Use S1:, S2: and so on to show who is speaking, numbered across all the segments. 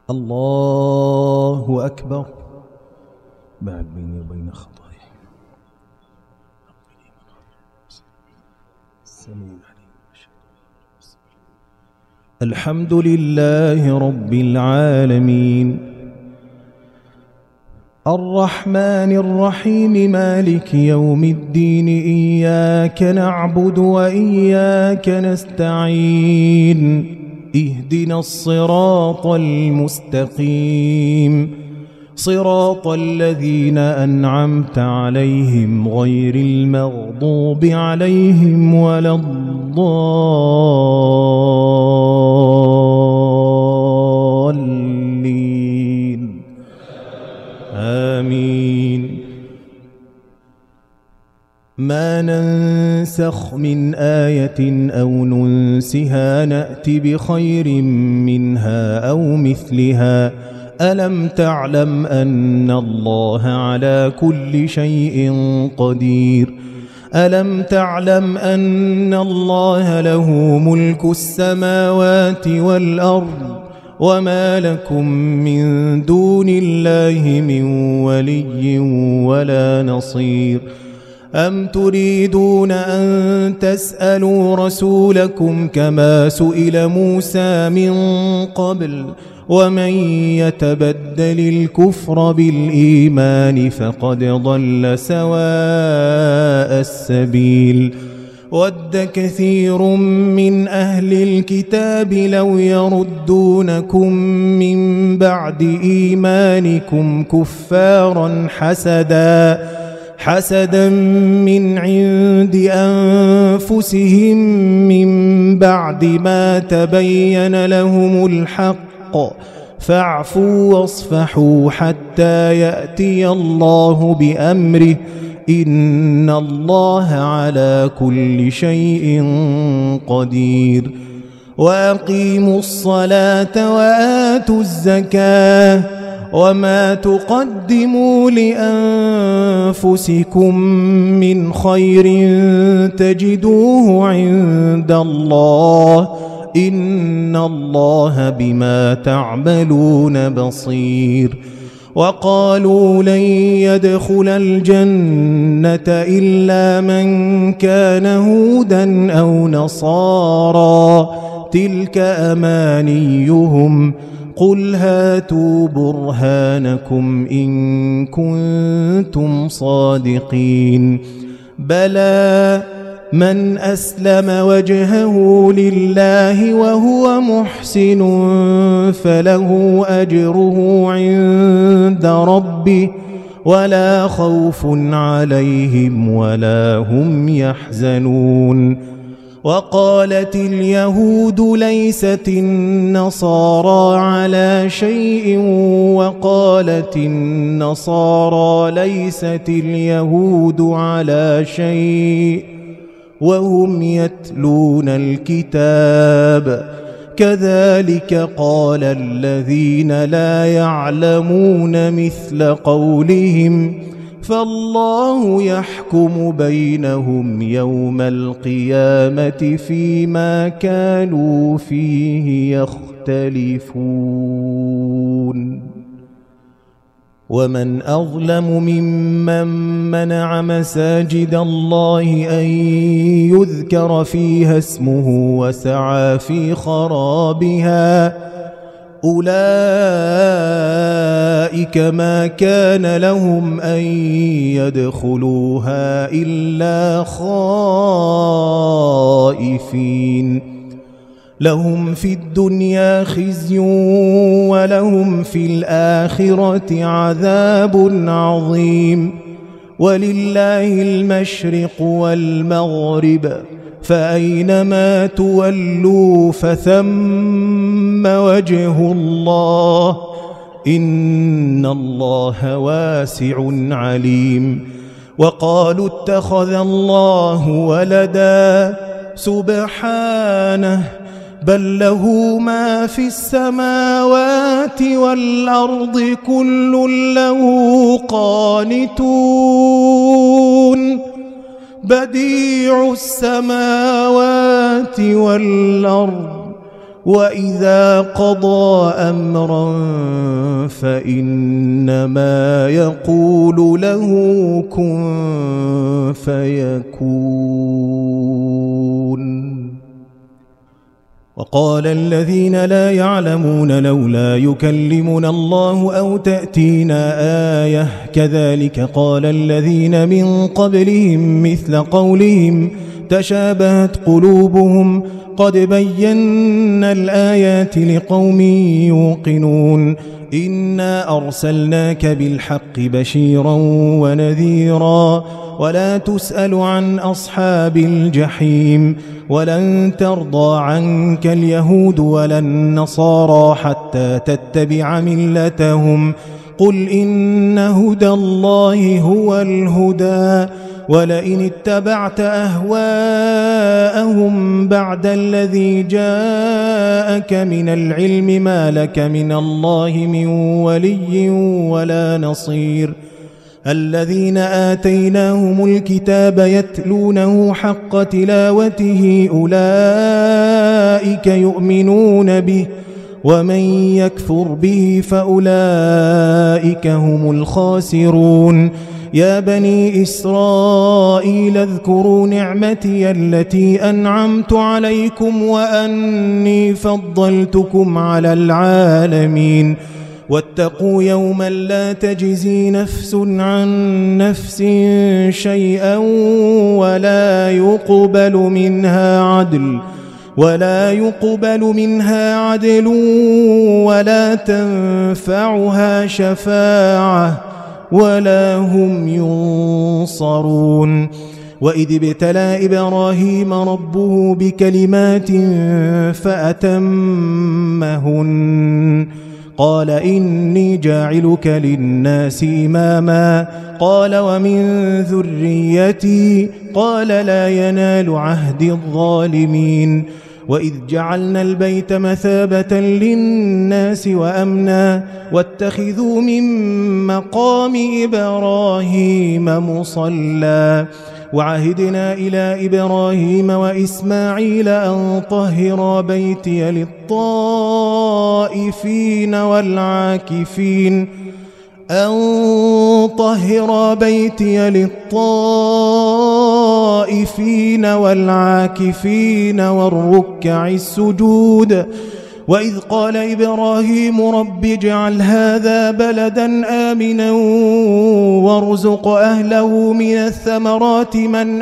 S1: الله أكبر. بعد بيني وبين خطاياي. الحمد لله رب العالمين الرحمن الرحيم مالك يوم الدين إياك نعبد وإياك نستعين اهدنا الصراط المستقيم صراط الذين أنعمت عليهم غير المغضوب عليهم ولا الضالين آمين. ما ننسخ من آية أو ننسها نأت بخير منها أو مثلها ألم تعلم أن الله على كل شيء قدير ألم تعلم أن الله له ملك السماوات والأرض وما لكم من دون الله من ولي ولا نصير أم تريدون أن تسألوا رسولكم كما سئل موسى من قبل ومن يتبدل الكفر بالإيمان فقد ضل سواء السبيل ود كثير من أهل الكتاب لو يردونكم من بعد إيمانكم كفارا حسدا من عند أنفسهم من بعد ما تبين لهم الحق فاعفوا واصفحوا حتى يأتي الله بأمره إن الله على كل شيء قدير وأقيموا الصلاة وآتوا الزكاة وما تقدموا لأنفسكم من خير تجدوه عند الله إن الله بما تعملون بصير وقالوا لن يدخل الجنة إلا من كان هودا أو نصارى تلك أمانيهم قل هاتوا برهانكم إن كنتم صادقين بلى من أسلم وجهه لله وهو محسن فله أجره عند ربه ولا خوف عليهم ولا هم يحزنون وقالت اليهود ليست النصارى على شيء وقالت النصارى ليست اليهود على شيء وهم يتلون الكتاب كذلك قال الذين لا يعلمون مثل قولهم فالله يحكم بينهم يوم القيامة فيما كانوا فيه يختلفون ومن أظلم ممن منع مساجد الله أن يذكر فيها اسمه وسعى في خرابها أولئك ما كان لهم أن يدخلوها إلا خائفين لهم في الدنيا خزي ولهم في الآخرة عذاب عظيم ولله المشرق والمغرب فأينما تولوا فثم وجه الله إن الله واسع عليم وقالوا اتخذ الله ولدا سبحانه بل له ما في السماوات والأرض كل له قانتون بديع السماوات والأرض وإذا قضى أمرا فإنما يقول له كن فيكون. وقال الذين لا يعلمون لولا يكلمنا الله أو تأتينا آية كذلك قال الذين من قبلهم مثل قولهم تشابهت قلوبهم قد بينا الآيات لقوم يوقنون إنا أرسلناك بالحق بشيرا ونذيرا ولا تسأل عن أصحاب الجحيم ولن ترضى عنك اليهود ولا النصارى حتى تتبع ملتهم قل إن هدى الله هو الهدى ولئن اتبعت أهواءهم بعد الذي جاءك من العلم ما لك من الله من ولي ولا نصير الذين آتيناهم الكتاب يتلونه حق تلاوته أولئك يؤمنون به ومن يكفر به فأولئك هم الخاسرون يا بني إسرائيل اذكروا نعمتي التي أنعمت عليكم وأني فضلتكم على العالمين واتقوا يوما لا تجزي نفس عن نفس شيئا ولا يقبل منها عدل ولا تنفعها شفاعة ولا هم ينصرون وإذ ابتلى إبراهيم ربه بكلمات فأتمهن قال إني جاعلك للناس إماما قال ومن ذريتي قال لا ينال عهد الظالمين وإذ جعلنا البيت مثابة للناس وأمنا واتخذوا من مقام إبراهيم مصلى وعهدنا إلى إبراهيم وإسماعيل أن طهرا بيتي للطائفين والعاكفين والركع السجود وإذ قال إبراهيم رب اجعل هذا بلدا آمنا وارزق أهله من الثمرات من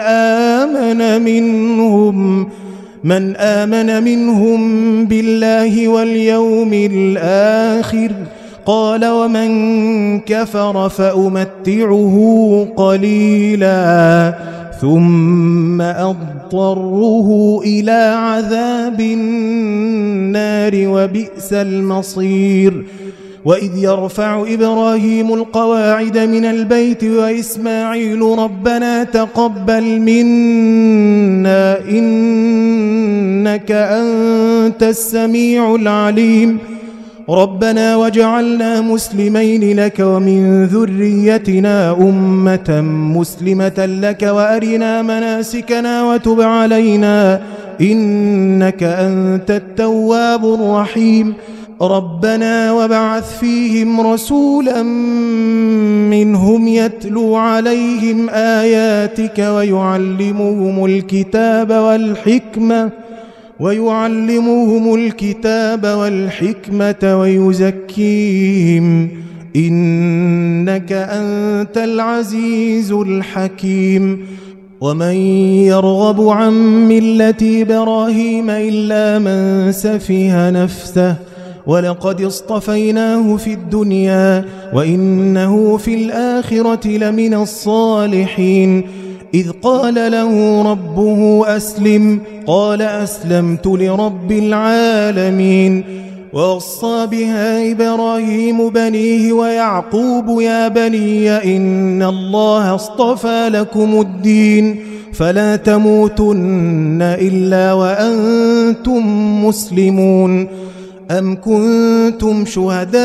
S1: آمن منهم بالله واليوم الآخر قال ومن كفر فأمتعه قليلا ثم أضطره إلى عذاب النار وبئس المصير وإذ يرفع إبراهيم القواعد من البيت وإسماعيل ربنا تقبل منا إنك أنت السميع العليم ربنا وجعلنا مسلمين لك ومن ذريتنا أمة مسلمة لك وأرنا مناسكنا وتب علينا إنك أنت التواب الرحيم ربنا وابعث فيهم رسولا منهم يتلو عليهم آياتك ويعلمهم الكتاب والحكمة ويزكيهم إنك أنت العزيز الحكيم ومن يرغب عن ملة إبراهيم إلا من سفه نفسه ولقد اصطفيناه في الدنيا وإنه في الآخرة لمن الصالحين إذ قال له ربه أسلم قال أسلمت لرب العالمين ووصى بها إبراهيم بنيه ويعقوب يا بني إن الله اصطفى لكم الدين فلا تموتن إلا وأنتم مسلمون أم كنتم شهداء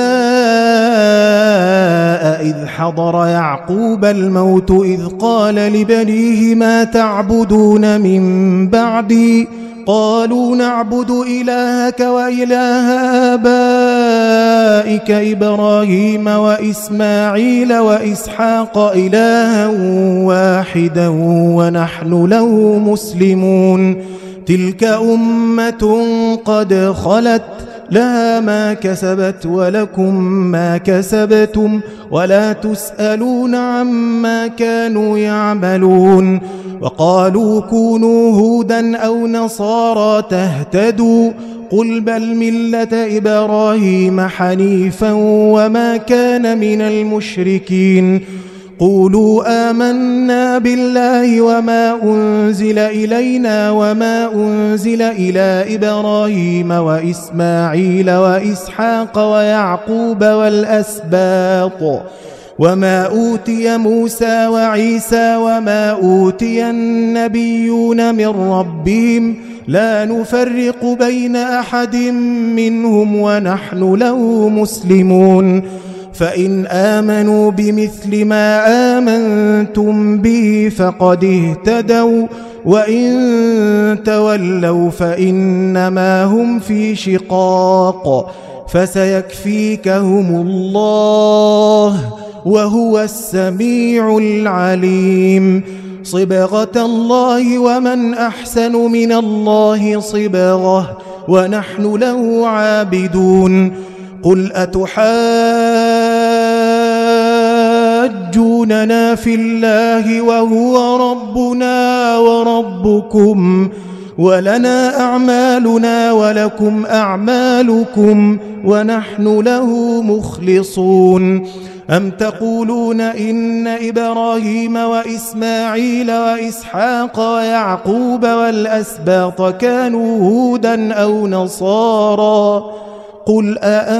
S1: إذ حضر يعقوب الموت إذ قال لبنيه ما تعبدون من بعدي
S2: قالوا نعبد إلهك وإله آبائك إبراهيم وإسماعيل وإسحاق إلها واحدا ونحن له مسلمون تلك أمة قد خلت لها ما كسبت ولكم ما كسبتم ولا تسألون عما كانوا يعملون وقالوا كونوا هودا أو نصارى تهتدوا قل بل ملة إبراهيم حنيفا وما كان من المشركين قولوا آمنا بالله وما أنزل إلينا وما أنزل إلى إبراهيم وإسماعيل وإسحاق ويعقوب والأسباط وما أوتي موسى وعيسى وما أوتي النبيون من ربهم لا نفرق بين أحد منهم ونحن له مسلمون فإن آمنوا بمثل ما آمنتم به فقد اهتدوا وإن تولوا فإنما هم في شقاق فسيكفيكهم الله وهو السميع العليم صبغة الله ومن أحسن من الله صبغة ونحن له عابدون قل أتحاجوننا في الله وهو ربنا وربكم ولنا أعمالنا ولكم أعمالكم ونحن له مخلصون أم تقولون إن إبراهيم وإسماعيل وإسحاق ويعقوب والأسباط كانوا هودا أو نصارى قل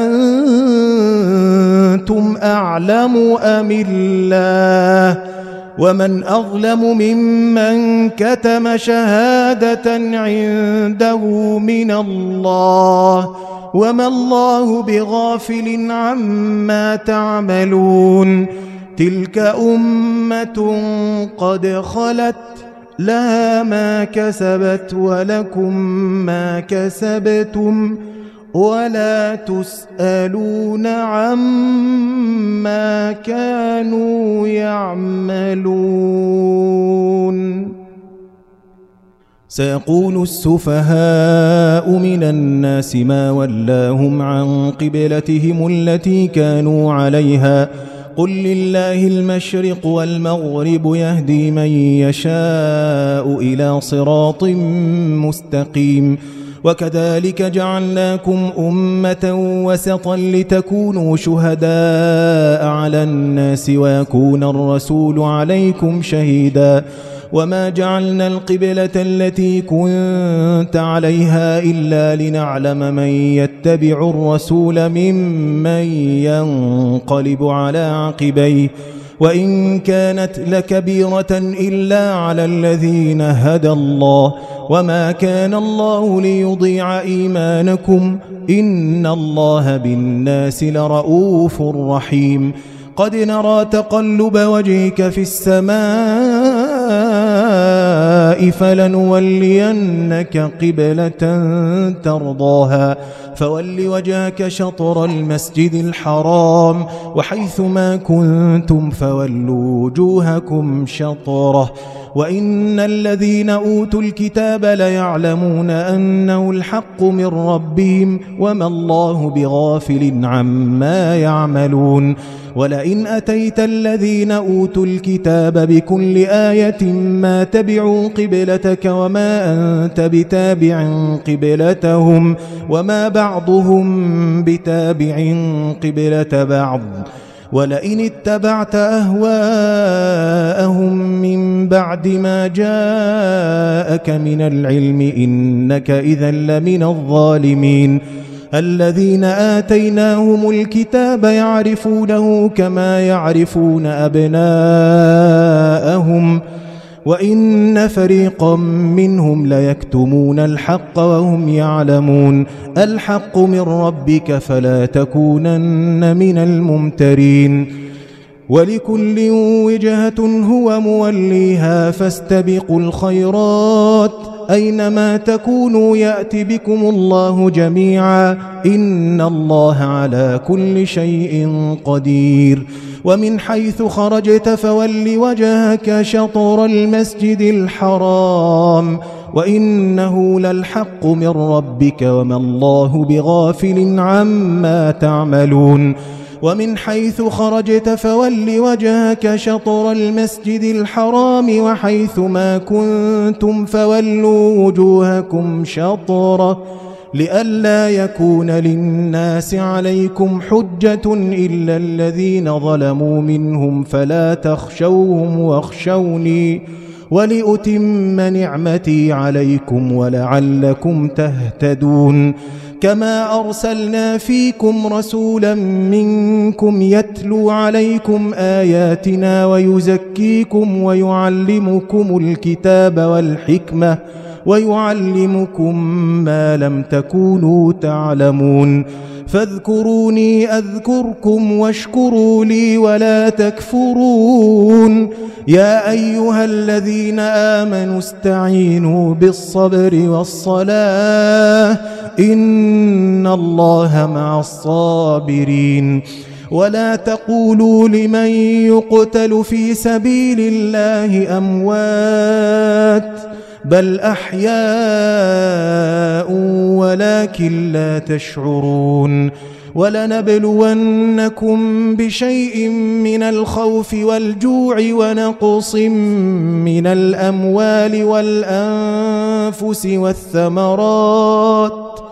S2: أأنتم أعلم أم الله ومن أظلم ممن كتم شهادة عنده من الله وما الله بغافل عما تعملون تلك أمة قد خلت لها ما كسبت ولكم ما كسبتم ولا تسألون عما كانوا يعملون سيقول السفهاء من الناس ما ولاهم عن قبلتهم التي كانوا عليها قل لله المشرق والمغرب يهدي من يشاء إلى صراط مستقيم وكذلك جعلناكم أمة وسطا لتكونوا شهداء على الناس ويكون الرسول عليكم شهيدا وما جعلنا القبلة التي كنت عليها إلا لنعلم من يتبع الرسول ممن ينقلب على عقبيه وإن كانت لكبيرة إلا على الذين هدى الله وما كان الله ليضيع إيمانكم إن الله بالناس لرؤوف رحيم قد نرى تقلب وجهك في السماء فلنولينك قبلة ترضاها فول وجهك شطر المسجد الحرام وحيث ما كنتم فولوا وجوهكم شطره وإن الذين أوتوا الكتاب ليعلمون أنه الحق من ربهم وما الله بغافل عما يعملون ولئن أتيت الذين أوتوا الكتاب بكل آية ما تبعوا قبلتك وما أنت بتابع قبلتهم وما بعضهم بتابع قبلة بعض ولئن اتبعت أهواءهم من بعد ما جاءك من العلم إنك إذا لمن الظالمين الذين آتيناهم الكتاب يعرفونه كما يعرفون أبناءهم وإن فريقا منهم ليكتمون الحق وهم يعلمون الحق من ربك فلا تكونن من الممترين ولكل وجهة هو موليها فاستبقوا الخيرات أينما تكونوا يأت بكم الله جميعا إن الله على كل شيء قدير ومن حيث خرجت فول وجهك شطر المسجد الحرام وإنه للحق من ربك وما الله بغافل عما تعملون ومن حيث خرجت فول وجهك شطر المسجد الحرام وحيث ما كنتم فولوا وجوهكم شطره لئلا يكون للناس عليكم حجة إلا الذين ظلموا منهم فلا تخشوهم واخشوني ولأتم نعمتي عليكم ولعلكم تهتدون كما أرسلنا فيكم رسولا منكم يتلو عليكم آياتنا ويزكيكم ويعلمكم الكتاب والحكمة ويعلمكم ما لم تكونوا تعلمون فاذكروني أذكركم واشكروا لي ولا تكفرون يا أيها الذين آمنوا استعينوا بالصبر والصلاة إن الله مع الصابرين ولا تقولوا لمن يقتل في سبيل الله أموات بل أحياء ولكن لا تشعرون ولنبلونكم بشيء من الخوف والجوع ونقص من الأموال والأنفس والثمرات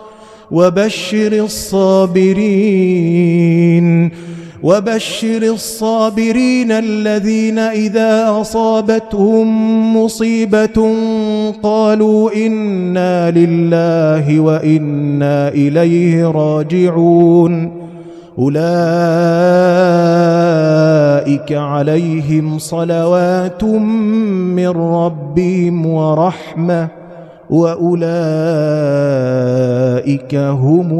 S2: وبشر الصابرين الذين إذا أصابتهم مصيبة قالوا إنا لله وإنا إليه راجعون أولئك عليهم صلوات من ربهم ورحمة وأولئك هم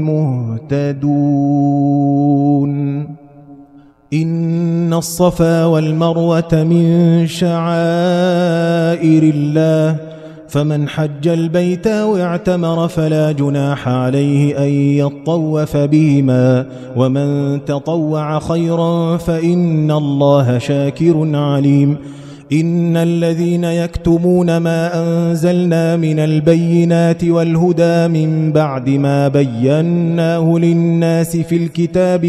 S2: المهتدون إن الصفا والمروة من شعائر الله فمن حج البيت واعتمر فلا جناح عليه أن يطوف بهما ومن تطوع خيرا فإن الله شاكر عليم إن الذين يكتمون ما أنزلنا من البينات والهدى من بعد ما بيناه للناس في الكتاب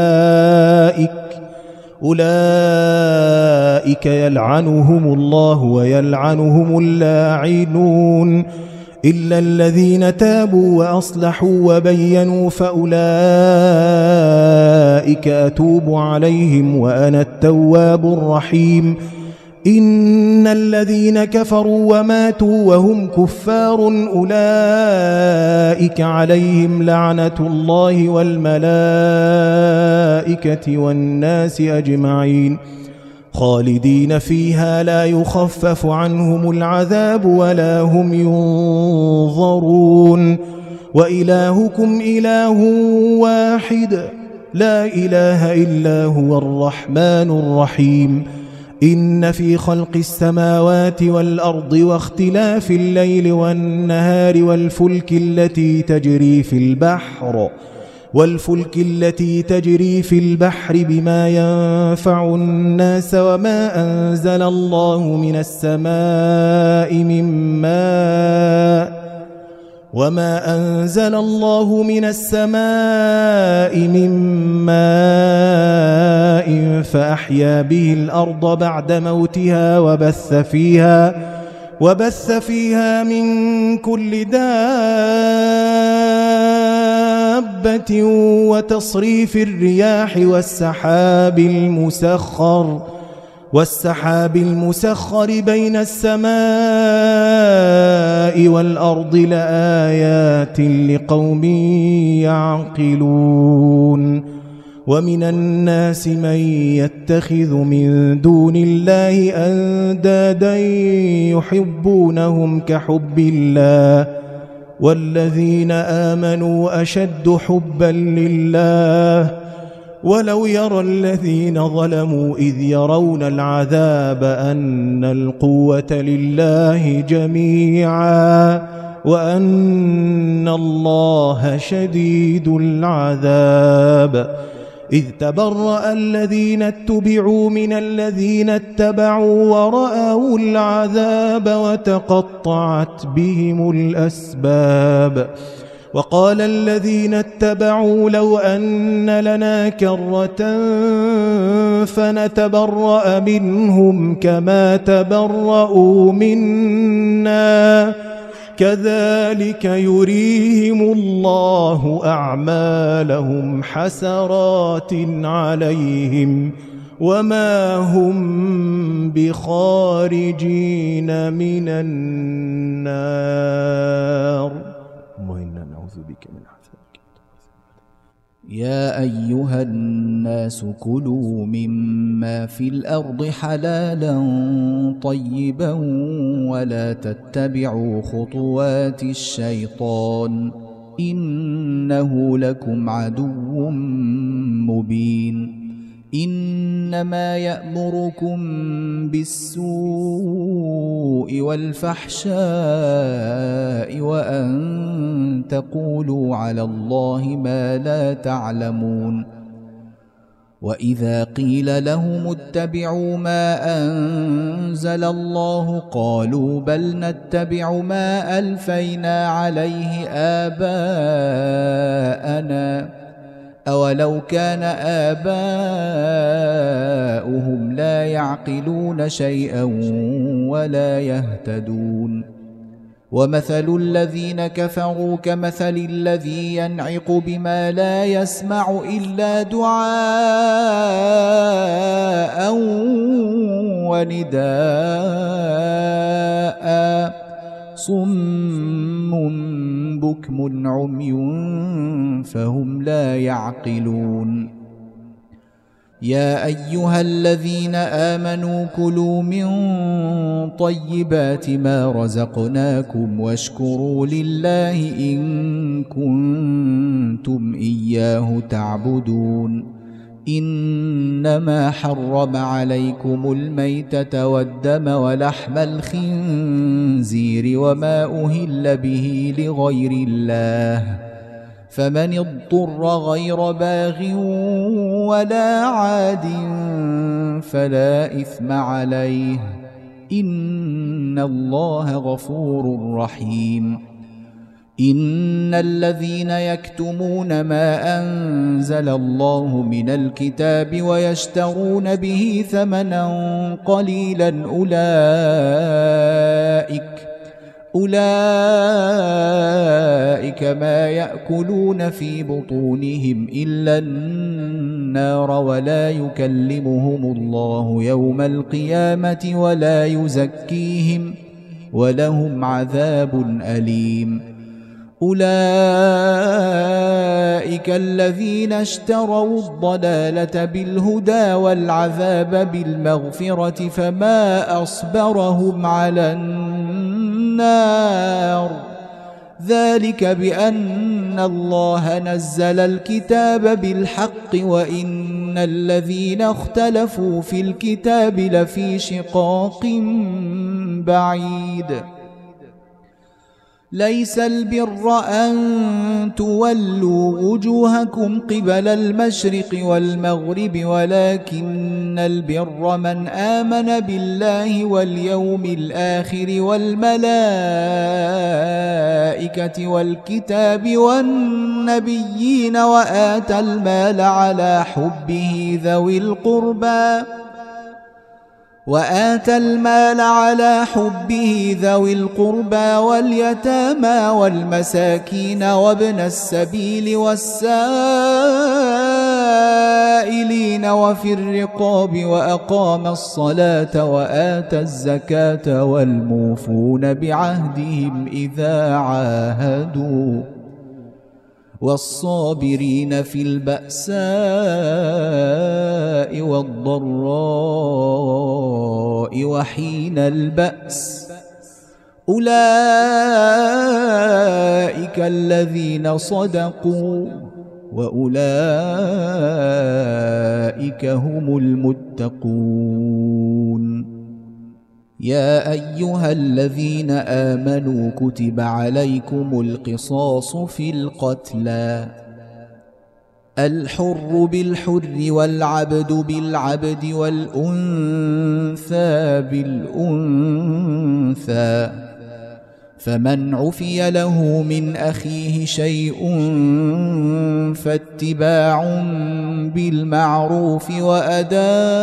S2: أولئك يلعنهم الله ويلعنهم اللاعنون إلا الذين تابوا وأصلحوا وبينوا فأولئك أتوب عليهم وأنا التواب الرحيم إن الذين كفروا وماتوا وهم كفار أولئك عليهم لعنة الله والملائكة والناس أجمعين خالدين فيها لا يخفف عنهم العذاب ولا هم ينظرون وإلهكم إله واحد لا إله إلا هو الرحمن الرحيم إن في خلق السماوات والأرض واختلاف الليل والنهار والفلك التي تجري في البحر بما ينفع الناس وما أنزل الله من السماء من ماء فأحيا به الأرض بعد موتها وبث فيها من كل دابة وتصريف الرياح والسحاب المسخر بين السماء والأرض لآيات لقوم يعقلون ومن الناس من يتخذ من دون الله أندادا يحبونهم كحب الله والذين آمنوا أشد حبا لله ولو يرى الذين ظلموا إذ يرون العذاب أن القوة لله جميعا وأن الله شديد العذاب إذ تبرأ الذين اتبعوا من الذين اتبعوا ورأوا العذاب وتقطعت بهم الأسباب وقال الذين اتبعوا لو أن لنا كرة فنتبرأ منهم كما تبرأوا منا كذلك يريهم الله أعمالهم حسرات عليهم وما هم بخارجين من النار وإنا نعوذ بك من عذابك.
S3: يا أيها الناس كلوا مما في الأرض حلالا طيبا ولا تتبعوا خطوات الشيطان إنه لكم عدو مبين إنما يأمركم بالسوء والفحشاء وأن تقولوا على الله ما لا تعلمون وإذا قيل لهم اتبعوا ما أنزل الله قالوا بل نتبع ما ألفينا عليه آباءنا أولو كان آباؤهم لا يعقلون شيئا ولا يهتدون ومثل الذين كفروا كمثل الذي ينعق بما لا يسمع إلا دعاء ونداء صم بكم عمي فهم لا يعقلون يا أيها الذين آمنوا كلوا من طيبات ما رزقناكم واشكروا لله إن كنتم إياه تعبدون إنما حرم عليكم الميتة والدم ولحم الخنزير وما أهل به لغير الله فمن اضطر غير باغ ولا عاد فلا إثم عليه إن الله غفور رحيم إن الذين يكتمون ما أنزل الله من الكتاب ويشترون به ثمنا قليلا أولئك ما يأكلون في بطونهم إلا النار ولا يكلمهم الله يوم القيامة ولا يزكيهم ولهم عذاب أليم أولئك الذين اشتروا الضلالة بالهدى والعذاب بالمغفرة فما أصبرهم على النار ذلك بأن الله نزل الكتاب بالحق وإن الذين اختلفوا في الكتاب لفي شقاق بعيد ليس البر أن تولوا وجوهكم قبل المشرق والمغرب ولكن البر من آمن بالله واليوم الآخر والملائكة والكتاب والنبيين وآتى المال على حبه ذوي القربى واليتامى والمساكين وابن السبيل والسائلين وفي الرقاب وأقام الصلاة وآتى الزكاة والموفون بعهدهم إذا عاهدوا والصابرين في البأساء والضراء وحين البأس أولئك الذين صدقوا وأولئك هم المتقون. يا أيها الذين آمنوا كتب عليكم القصاص في القتلى، الحر بالحر والعبد بالعبد والأنثى بالأنثى، فمن عفي له من أخيه شيء فاتباع بالمعروف وأداء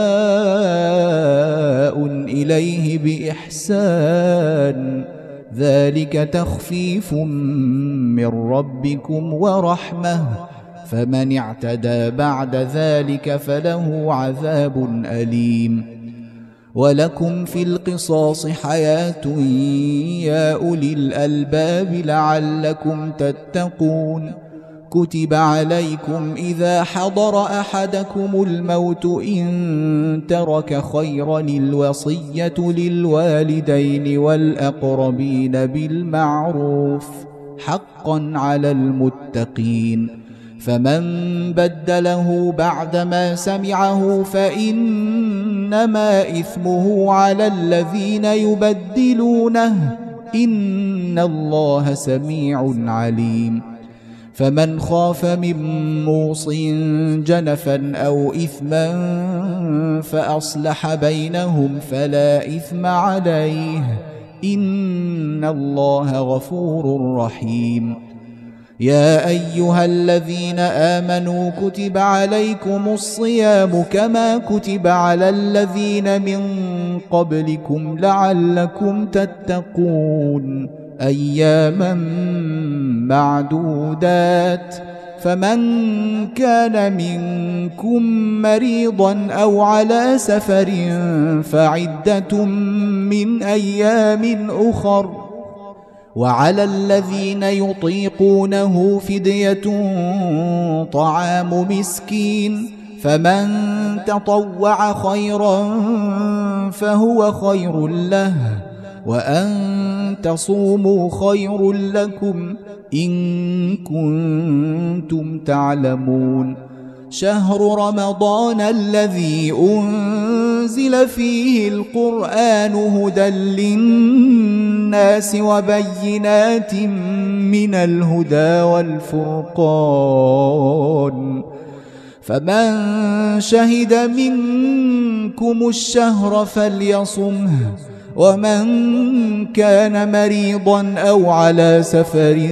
S3: إليه بإحسان، ذلك تخفيف من ربكم ورحمة، فمن اعتدى بعد ذلك فله عذاب أليم. ولكم في القصاص حياة يا أولي الألباب لعلكم تتقون. كتب عليكم إذا حضر أحدكم الموت إن ترك خيرا الوصية للوالدين والأقربين بالمعروف حقا على المتقين، فمن بدله بعدما سمعه فإنما إثمه على الذين يبدلونه، إن الله سميع عليم. فمن خاف من موص جنفا أو إثما فأصلح بينهم فلا إثم عليه، إن الله غفور رحيم. يا أيها الذين آمنوا كتب عليكم الصيام كما كتب على الذين من قبلكم لعلكم تتقون، أياما معدودات، فمن كان منكم مريضا أو على سفر فعدة من أيام أخر، وعلى الذين يطيقونه فدية طعام مسكين، فمن تطوع خيرا فهو خير له، وأن تصوموا خير لكم إن كنتم تعلمون. شهر رمضان الذي أنزل فيه القرآن هدى للناس وبينات من الهدى والفرقان، فمن شهد منكم الشهر فليصمه، ومن كان مريضا أو على سفر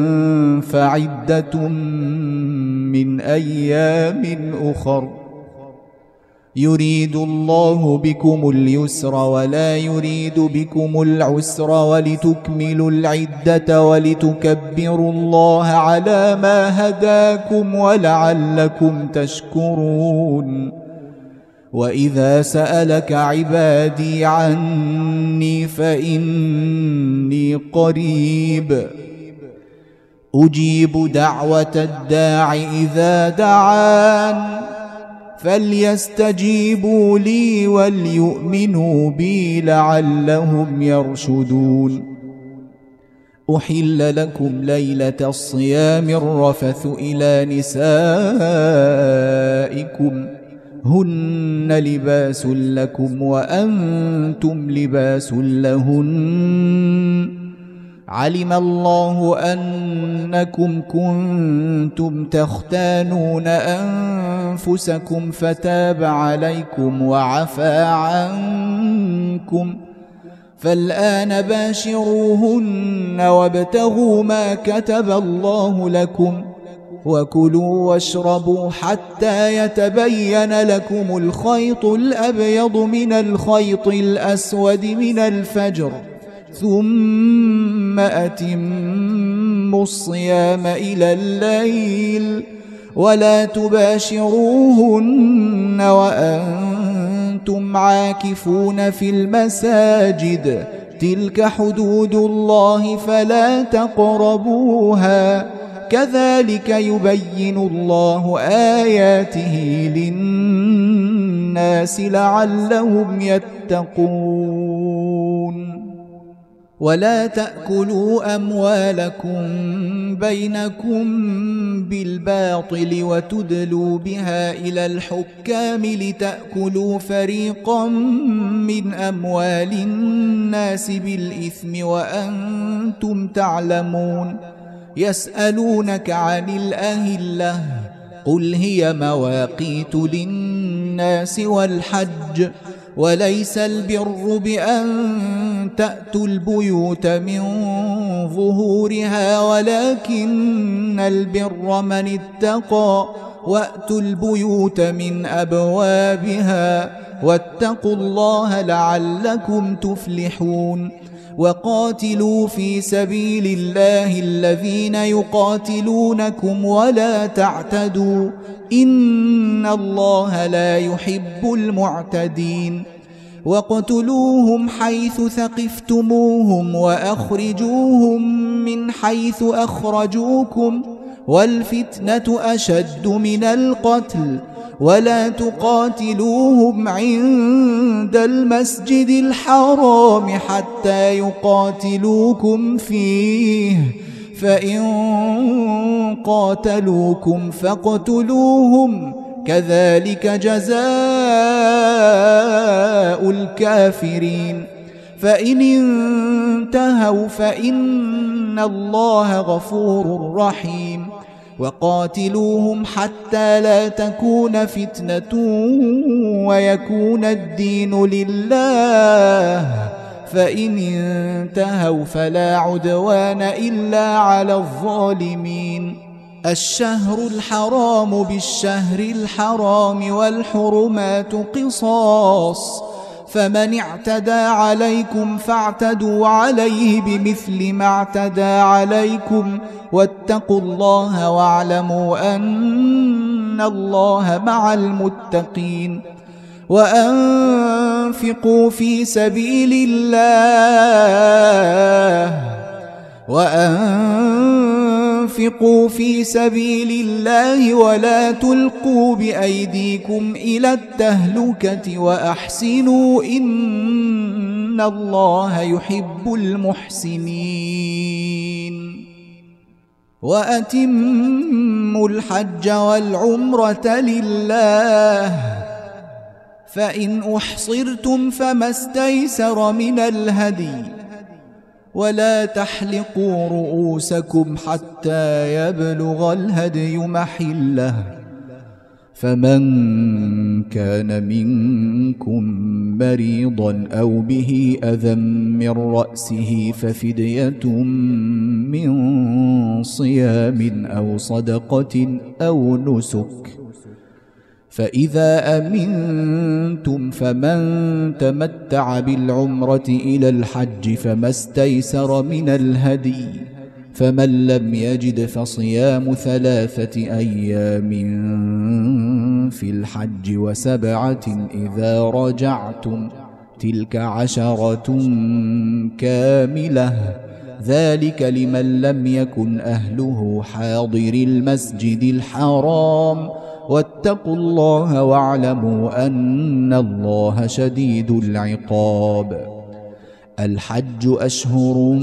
S3: فعدة من أيام أخر، يريد الله بكم اليسر ولا يريد بكم العسر ولتكملوا العدة ولتكبروا الله على ما هداكم ولعلكم تشكرون. وإذا سألك عبادي عني فإني قريب أجيب دعوة الداع إذا دعان، فليستجيبوا لي وليؤمنوا بي لعلهم يرشدون. أحل لكم ليلة الصيام الرفث إلى نسائكم هن لباس لكم وأنتم لباس لهن، علم الله أنكم كنتم تختانون أنفسكم فتاب عليكم وعفى عنكم، فالآن باشروهن وابتغوا ما كتب الله لكم، وكلوا واشربوا حتى يتبين لكم الخيط الأبيض من الخيط الأسود من الفجر، ثم أتموا الصيام إلى الليل، ولا تباشروهن وأنتم عاكفون في المساجد، تلك حدود الله فلا تقربوها، كذلك يبين الله آياته للناس لعلهم يتقون. ولا تأكلوا أموالكم بينكم بالباطل وتدلوا بها إلى الحكام لتأكلوا فريقا من أموال الناس بالإثم وأنتم تعلمون يسألونك عن الأهلة قل هي مواقيت للناس والحج وليس البر بأن تأتوا البيوت من ظهورها ولكن البر من اتقى وأتوا البيوت من أبوابها واتقوا الله لعلكم تفلحون وقاتلوا في سبيل الله الذين يقاتلونكم ولا تعتدوا إن الله لا يحب المعتدين واقتلوهم حيث ثقفتموهم وأخرجوهم من حيث أخرجوكم والفتنة أشد من القتل ولا تقاتلوهم عند المسجد الحرام حتى يقاتلوكم فيه فإن قاتلوكم فاقتلوهم كذلك جزاء الكافرين فإن انتهوا فإن الله غفور رحيم وقاتلوهم حتى لا تكون فتنة ويكون الدين لله فإن انتهوا فلا عدوان إلا على الظالمين الشهر الحرام بالشهر الحرام والحرمات قصاص فمن اعتدى عليكم فاعتدوا عليه بمثل ما اعتدى عليكم واتقوا الله واعلموا أن الله مع المتقين وأنفقوا في سبيل الله ولا تلقوا بأيديكم إلى التهلكة وأحسنوا إن الله يحب المحسنين وأتموا الحج والعمرة لله فإن أحصرتم فما استيسر من الهدي ولا تحلقوا رؤوسكم حتى يبلغ الهدي محله فمن كان منكم مريضا أو به أذى من رأسه ففدية من صيام أو صدقة أو نسك فإذا أمنتم فمن تمتع بالعمرة إلى الحج فما استيسر من الهدي فمن لم يجد فصيام 3 أيام في الحج و7 إذا رجعتم تلك 10 كاملة ذلك لمن لم يكن أهله حاضر المسجد الحرام واتقوا الله واعلموا أن الله شديد العقاب الحج أشهر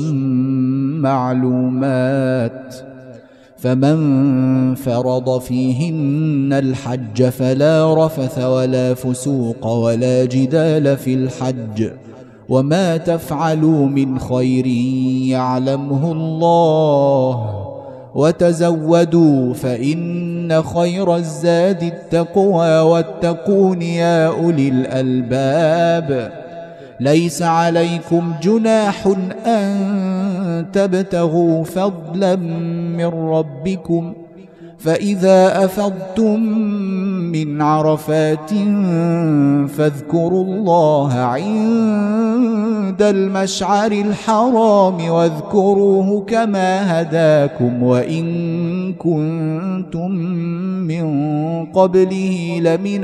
S3: معلومات فمن فرض فيهن الحج فلا رفث ولا فسوق ولا جدال في الحج وما تفعلوا من خير يعلمه الله وتزودوا فإن خير الزاد التقوى واتقون يا أولي الألباب ليس عليكم جناح أن تبتغوا فضلا من ربكم فإذا أفضتم من عرفات فاذكروا الله عند المشعر الحرام واذكروه كما هداكم وإن كنتم من قبله لمن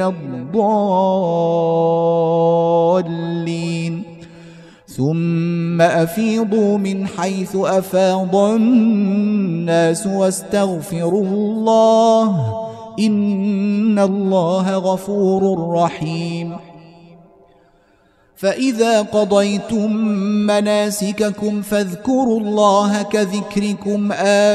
S3: الضالين ثم أفيضوا من حيث أفاض الناس واستغفروا الله إن الله غفور رحيم فإذا قضيتم مناسككم فاذكروا الله كذكركم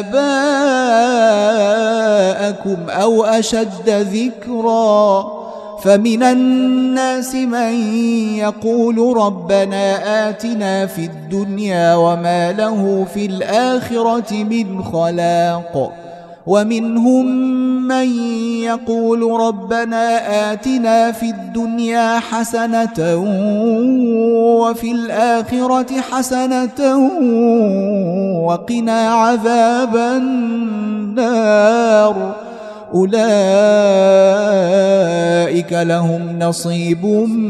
S3: آباءكم أو أشد ذكرا فمن الناس من يقول ربنا آتنا في الدنيا وما له في الآخرة من خلاق ومنهم من يقول ربنا آتنا في الدنيا حسنة وفي الآخرة حسنة وقنا عذاب النار أولئك لهم نصيب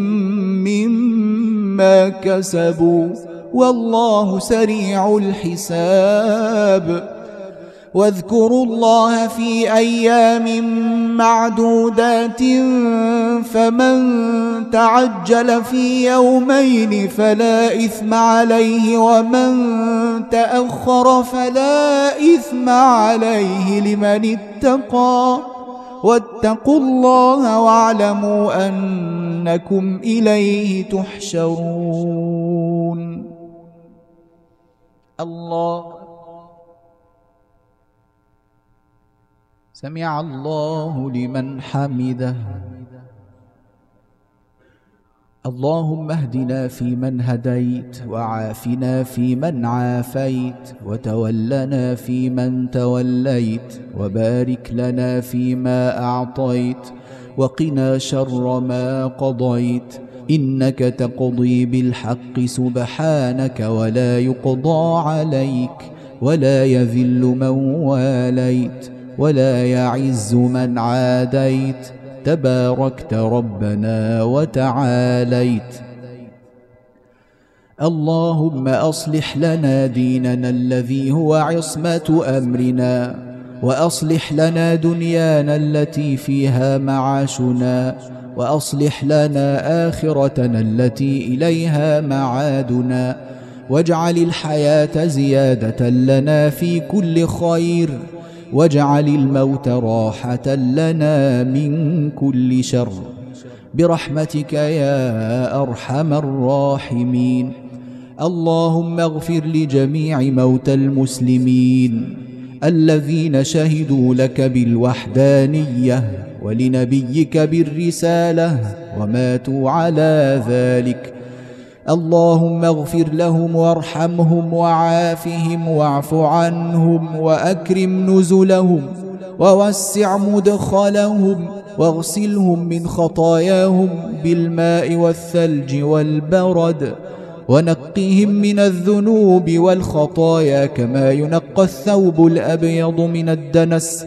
S3: مما كسبوا والله سريع الحساب واذكروا الله في أيام معدودات فمن تعجل في يومين فلا إثم عليه ومن تأخر فلا إثم عليه لمن اتقى واتقوا الله واعلموا أنكم إليه تحشرون. الله سمع الله لمن حمده. اللهم اهدنا فيمن هديت وعافنا فيمن عافيت وتولنا فيمن توليت وبارك لنا فيما أعطيت وقنا شر ما قضيت إنك تقضي بالحق سبحانك ولا يقضى عليك ولا يذل من واليت ولا يعز من عاديت تباركت ربنا وتعاليت. اللهم أصلح لنا ديننا الذي هو عصمة أمرنا وأصلح لنا دنيانا التي فيها معاشنا وأصلح لنا آخرتنا التي إليها معادنا واجعل الحياة زيادة لنا في كل خير واجعل الموت راحة لنا من كل شر برحمتك يا أرحم الراحمين. اللهم اغفر لجميع موتى المسلمين الذين شهدوا لك بالوحدانية ولنبيك بالرسالة وماتوا على ذلك. اللهم اغفر لهم وارحمهم وعافهم واعف عنهم وأكرم نزلهم ووسع مدخلهم واغسلهم من خطاياهم بالماء والثلج والبرد ونقهم من الذنوب والخطايا كما ينقى الثوب الأبيض من الدنس.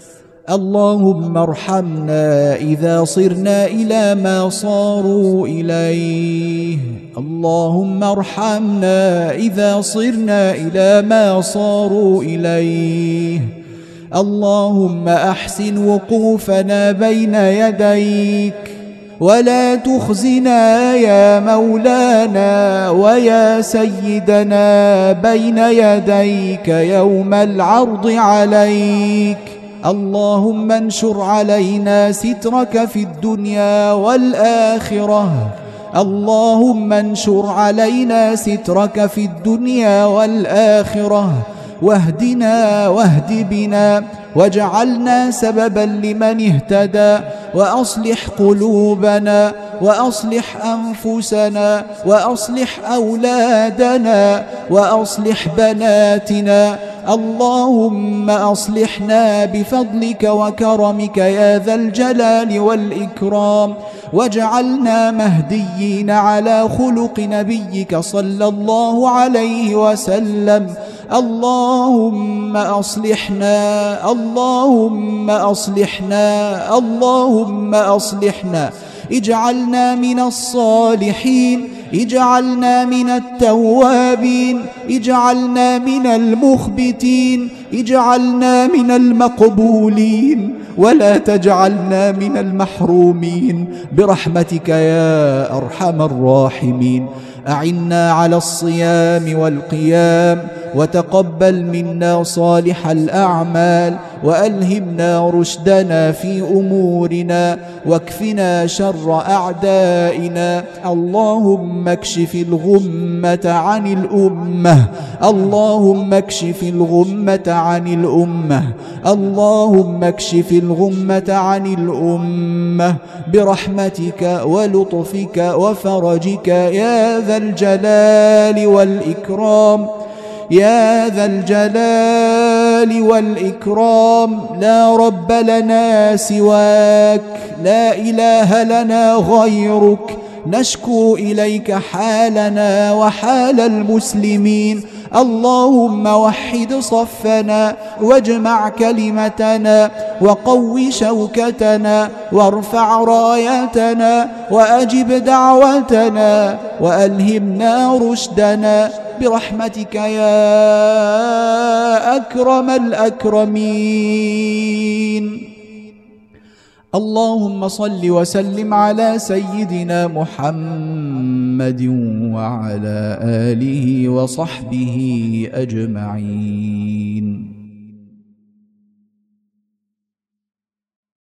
S3: اللهم ارحمنا إذا صرنا إلى ما صاروا إليه. اللهم ارحمنا إذا صرنا إلى ما صاروا إليه. اللهم أحسن وقوفنا بين يديك ولا تخزنا يا مولانا ويا سيدنا بين يديك يوم العرض عليك. اللهم انشر علينا سترك في الدنيا والآخرة. اللهم انشر علينا سترك في الدنيا والآخرة واهدنا واهد بنا واجعلنا سببا لمن اهتدى وأصلح قلوبنا وأصلح أنفسنا وأصلح أولادنا وأصلح بناتنا. اللهم أصلحنا بفضلك وكرمك يا ذا الجلال والإكرام واجعلنا مهديين على خلق نبيك صلى الله عليه وسلم. اللهم أصلحنا اللهم أصلحنا اللهم أصلحنا اجعلنا من الصالحين اجعلنا من التوابين اجعلنا من المخبتين اجعلنا من المقبولين ولا تجعلنا من المحرومين برحمتك يا أرحم الراحمين. أعنا على الصيام والقيام وتقبل منا صالح الأعمال، وألهمنا رشدنا في أمورنا، واكفنا شر أعدائنا. اللهم اكشف الغمة عن الأمة، اللهم اكشف الغمة عن الأمة، اللهم اكشف الغمة عن الأمة برحمتك ولطفك وفرجك يا ذا الجلال والإكرام، يا ذا الجلال والإكرام. لا رب لنا سواك، لا إله لنا غيرك، نشكو إليك حالنا وحال المسلمين. اللهم وحد صفنا، واجمع كلمتنا، وقو شوكتنا، وارفع رايتنا، وأجب دعوتنا، وألهمنا رشدنا برحمتك يا أكرم الأكرمين. اللهم صل وسلم على سيدنا محمد وعلى آله وصحبه أجمعين.